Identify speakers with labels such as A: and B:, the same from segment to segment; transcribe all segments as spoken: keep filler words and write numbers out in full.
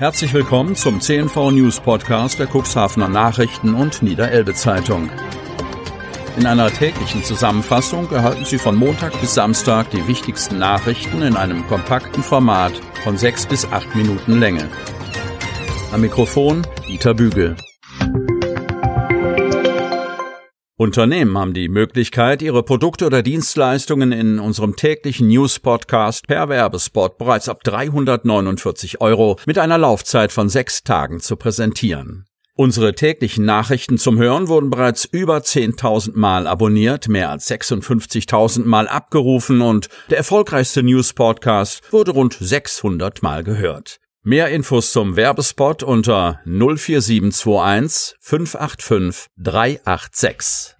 A: Herzlich willkommen zum C N V News Podcast der Cuxhavener Nachrichten und Niederelbe Zeitung. In einer täglichen Zusammenfassung erhalten Sie von Montag bis Samstag die wichtigsten Nachrichten in einem kompakten Format von sechs bis acht Minuten Länge. Am Mikrofon Dieter Bügel. Unternehmen haben die Möglichkeit, ihre Produkte oder Dienstleistungen in unserem täglichen News-Podcast per Werbespot bereits ab dreihundertneunundvierzig Euro mit einer Laufzeit von sechs Tagen zu präsentieren. Unsere täglichen Nachrichten zum Hören wurden bereits über zehntausend Mal abonniert, mehr als sechsundfünfzigtausend Mal abgerufen und der erfolgreichste News-Podcast wurde rund sechshundert Mal gehört. Mehr Infos zum Werbespot unter null vier sieben zwei eins fünf acht fünf drei acht sechs.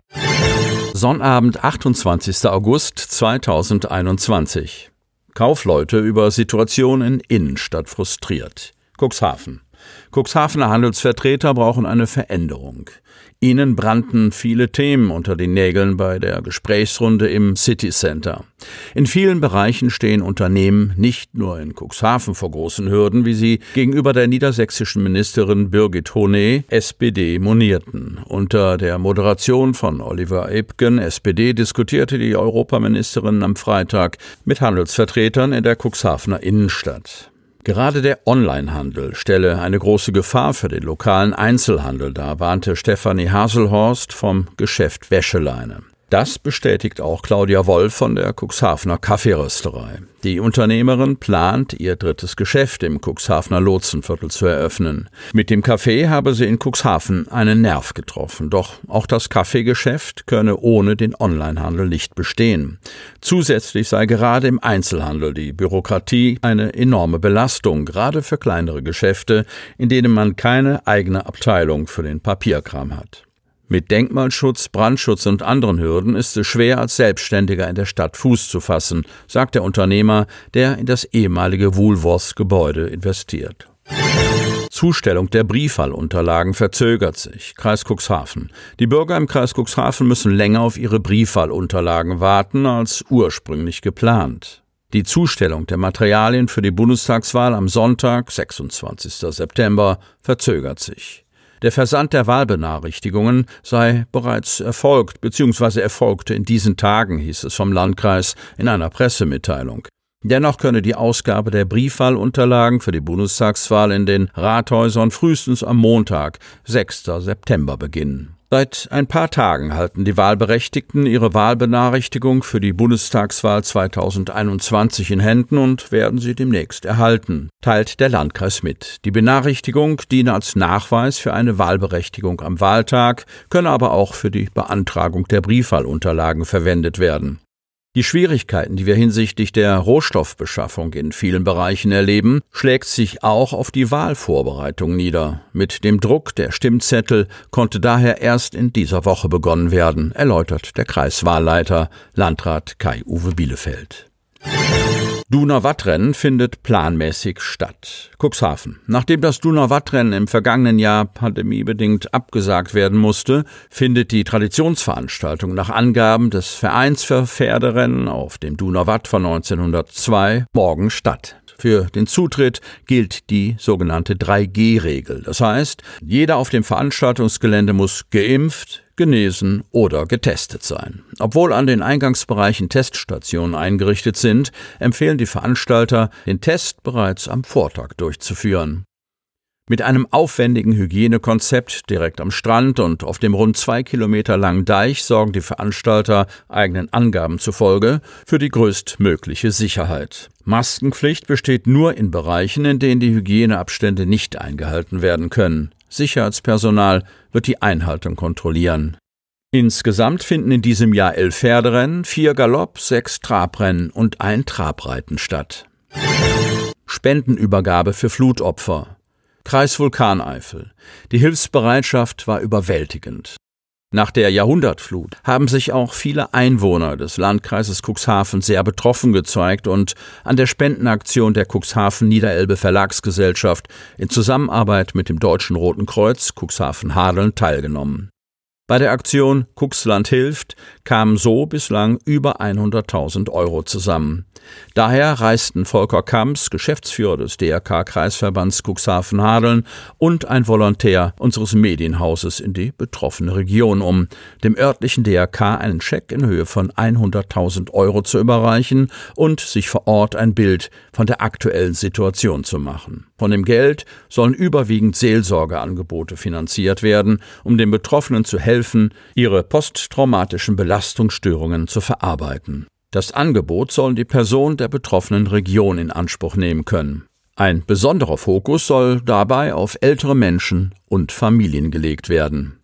A: Sonnabend, achtundzwanzigster August zweitausendeinundzwanzig. Kaufleute über Situation in Innenstadt frustriert. Cuxhaven. Cuxhavener Handelsvertreter brauchen eine Veränderung. Ihnen brannten viele Themen unter den Nägeln bei der Gesprächsrunde im City Center. In vielen Bereichen stehen Unternehmen nicht nur in Cuxhaven vor großen Hürden, wie sie gegenüber der niedersächsischen Ministerin Birgit Honé, S P D, monierten. Unter der Moderation von Oliver Ebgen, S P D, diskutierte die Europaministerin am Freitag mit Handelsvertretern in der Cuxhavener Innenstadt. Gerade der Onlinehandel stelle eine große Gefahr für den lokalen Einzelhandel dar, warnte Stefanie Haselhorst vom Geschäft Wäscheleine. Das bestätigt auch Claudia Wolf von der Cuxhavener Kaffeerösterei. Die Unternehmerin plant, ihr drittes Geschäft im Cuxhavener Lotsenviertel zu eröffnen. Mit dem Café habe sie in Cuxhaven einen Nerv getroffen. Doch auch das Kaffeegeschäft könne ohne den Onlinehandel nicht bestehen. Zusätzlich sei gerade im Einzelhandel die Bürokratie eine enorme Belastung, gerade für kleinere Geschäfte, in denen man keine eigene Abteilung für den Papierkram hat. Mit Denkmalschutz, Brandschutz und anderen Hürden ist es schwer, als Selbstständiger in der Stadt Fuß zu fassen, sagt der Unternehmer, der in das ehemalige Woolworths-Gebäude investiert. Zustellung der Briefwahlunterlagen verzögert sich. Kreis Cuxhaven. Die Bürger im Kreis Cuxhaven müssen länger auf ihre Briefwahlunterlagen warten als ursprünglich geplant. Die Zustellung der Materialien für die Bundestagswahl am Sonntag, sechsundzwanzigster September, verzögert sich. Der Versand der Wahlbenachrichtigungen sei bereits erfolgt bzw. erfolgte in diesen Tagen, hieß es vom Landkreis in einer Pressemitteilung. Dennoch könne die Ausgabe der Briefwahlunterlagen für die Bundestagswahl in den Rathäusern frühestens am Montag, sechster September, beginnen. Seit ein paar Tagen halten die Wahlberechtigten ihre Wahlbenachrichtigung für die Bundestagswahl zweitausendeinundzwanzig in Händen und werden sie demnächst erhalten, teilt der Landkreis mit. Die Benachrichtigung diene als Nachweis für eine Wahlberechtigung am Wahltag, könne aber auch für die Beantragung der Briefwahlunterlagen verwendet werden. Die Schwierigkeiten, die wir hinsichtlich der Rohstoffbeschaffung in vielen Bereichen erleben, schlägt sich auch auf die Wahlvorbereitung nieder. Mit dem Druck der Stimmzettel konnte daher erst in dieser Woche begonnen werden, erläutert der Kreiswahlleiter Landrat Kai-Uwe Bielefeld. Donau-Watt-Rennen findet planmäßig statt. Cuxhaven. Nachdem das Donau-Watt-Rennen im vergangenen Jahr pandemiebedingt abgesagt werden musste, findet die Traditionsveranstaltung nach Angaben des Vereins für Pferderennen auf dem Donau-Watt von neunzehnhundertzwei morgen statt. Für den Zutritt gilt die sogenannte drei G Regel. Das heißt, jeder auf dem Veranstaltungsgelände muss geimpft, genesen oder getestet sein. Obwohl an den Eingangsbereichen Teststationen eingerichtet sind, empfehlen die Veranstalter, den Test bereits am Vortag durchzuführen. Mit einem aufwendigen Hygienekonzept direkt am Strand und auf dem rund zwei Kilometer langen Deich sorgen die Veranstalter, eigenen Angaben zufolge, für die größtmögliche Sicherheit. Maskenpflicht besteht nur in Bereichen, in denen die Hygieneabstände nicht eingehalten werden können. Sicherheitspersonal wird die Einhaltung kontrollieren. Insgesamt finden in diesem Jahr elf Pferderennen, vier Galopp, sechs Trabrennen und ein Trabreiten statt. Spendenübergabe für Flutopfer. Kreis Vulkaneifel. Die Hilfsbereitschaft war überwältigend. Nach der Jahrhundertflut haben sich auch viele Einwohner des Landkreises Cuxhaven sehr betroffen gezeigt und an der Spendenaktion der Cuxhaven Niederelbe Verlagsgesellschaft in Zusammenarbeit mit dem Deutschen Roten Kreuz Cuxhaven Hadeln teilgenommen. Bei der Aktion Cuxland hilft kamen so bislang über hunderttausend Euro zusammen. Daher reisten Volker Kamps, Geschäftsführer des D R K-Kreisverbands Cuxhaven-Hadeln, und ein Volontär unseres Medienhauses in die betroffene Region, um dem örtlichen D R K einen Scheck in Höhe von hunderttausend Euro zu überreichen und sich vor Ort ein Bild von der aktuellen Situation zu machen. Von dem Geld sollen überwiegend Seelsorgeangebote finanziert werden, um den Betroffenen zu helfen, ihre posttraumatischen Belastungsstörungen zu verarbeiten. Das Angebot soll die Person der betroffenen Region in Anspruch nehmen können. Ein besonderer Fokus soll dabei auf ältere Menschen und Familien gelegt werden.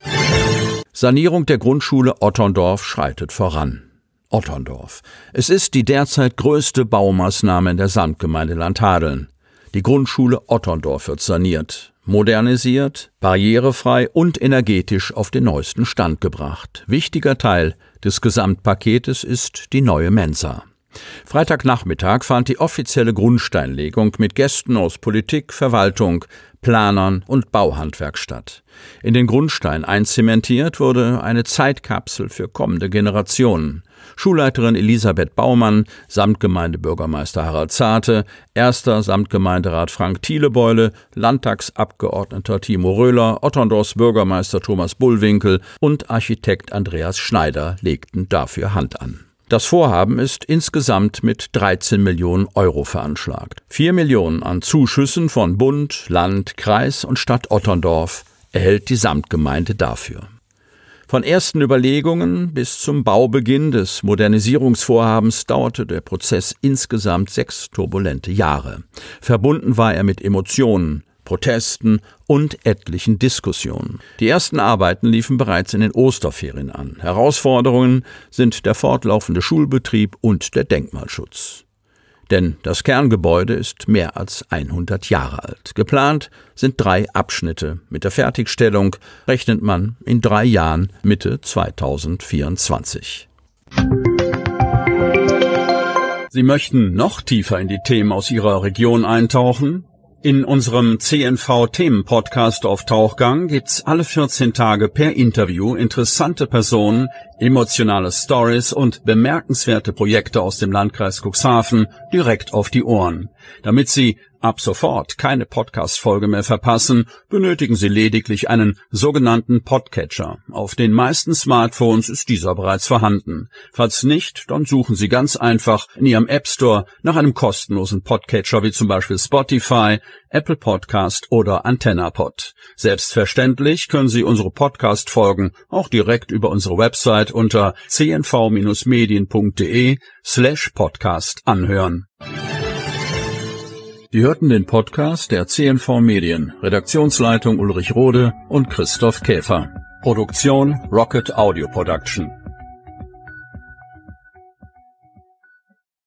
A: Sanierung der Grundschule Otterndorf schreitet voran. Otterndorf. Es ist die derzeit größte Baumaßnahme in der Samtgemeinde Landhadeln. Die Grundschule Otterndorf wird saniert, modernisiert, barrierefrei und energetisch auf den neuesten Stand gebracht. Wichtiger Teil des Gesamtpaketes ist die neue Mensa. Freitagnachmittag fand die offizielle Grundsteinlegung mit Gästen aus Politik, Verwaltung, Planern und Bauhandwerk statt. In den Grundstein einzementiert wurde eine Zeitkapsel für kommende Generationen. Schulleiterin Elisabeth Baumann, Samtgemeindebürgermeister Harald Zarte, erster Samtgemeinderat Frank Thielebeule, Landtagsabgeordneter Timo Röhler, Otterndorfs Bürgermeister Thomas Bullwinkel und Architekt Andreas Schneider legten dafür Hand an. Das Vorhaben ist insgesamt mit dreizehn Millionen Euro veranschlagt. Vier Millionen an Zuschüssen von Bund, Land, Kreis und Stadt Otterndorf erhält die Samtgemeinde dafür. Von ersten Überlegungen bis zum Baubeginn des Modernisierungsvorhabens dauerte der Prozess insgesamt sechs turbulente Jahre. Verbunden war er mit Emotionen, Protesten und etlichen Diskussionen. Die ersten Arbeiten liefen bereits in den Osterferien an. Herausforderungen sind der fortlaufende Schulbetrieb und der Denkmalschutz. Denn das Kerngebäude ist mehr als hundert Jahre alt. Geplant sind drei Abschnitte. Mit der Fertigstellung rechnet man in drei Jahren Mitte zweitausendvierundzwanzig. Sie möchten noch tiefer in die Themen aus Ihrer Region eintauchen? In unserem C N V-Themen-Podcast auf Tauchgang gibt's alle vierzehn Tage per Interview interessante Personen, emotionale Stories und bemerkenswerte Projekte aus dem Landkreis Cuxhaven direkt auf die Ohren. Damit Sie ab sofort keine Podcast-Folge mehr verpassen, benötigen Sie lediglich einen sogenannten Podcatcher. Auf den meisten Smartphones ist dieser bereits vorhanden. Falls nicht, dann suchen Sie ganz einfach in Ihrem App Store nach einem kostenlosen Podcatcher wie zum Beispiel Spotify, Apple Podcast oder AntennaPod. Selbstverständlich können Sie unsere Podcast-Folgen auch direkt über unsere Website unter c n v Bindestrich medien punkt d e slash podcast anhören. Sie hörten den Podcast der C N V Medien, Redaktionsleitung Ulrich Rode und Christoph Käfer. Produktion Rocket Audio Production.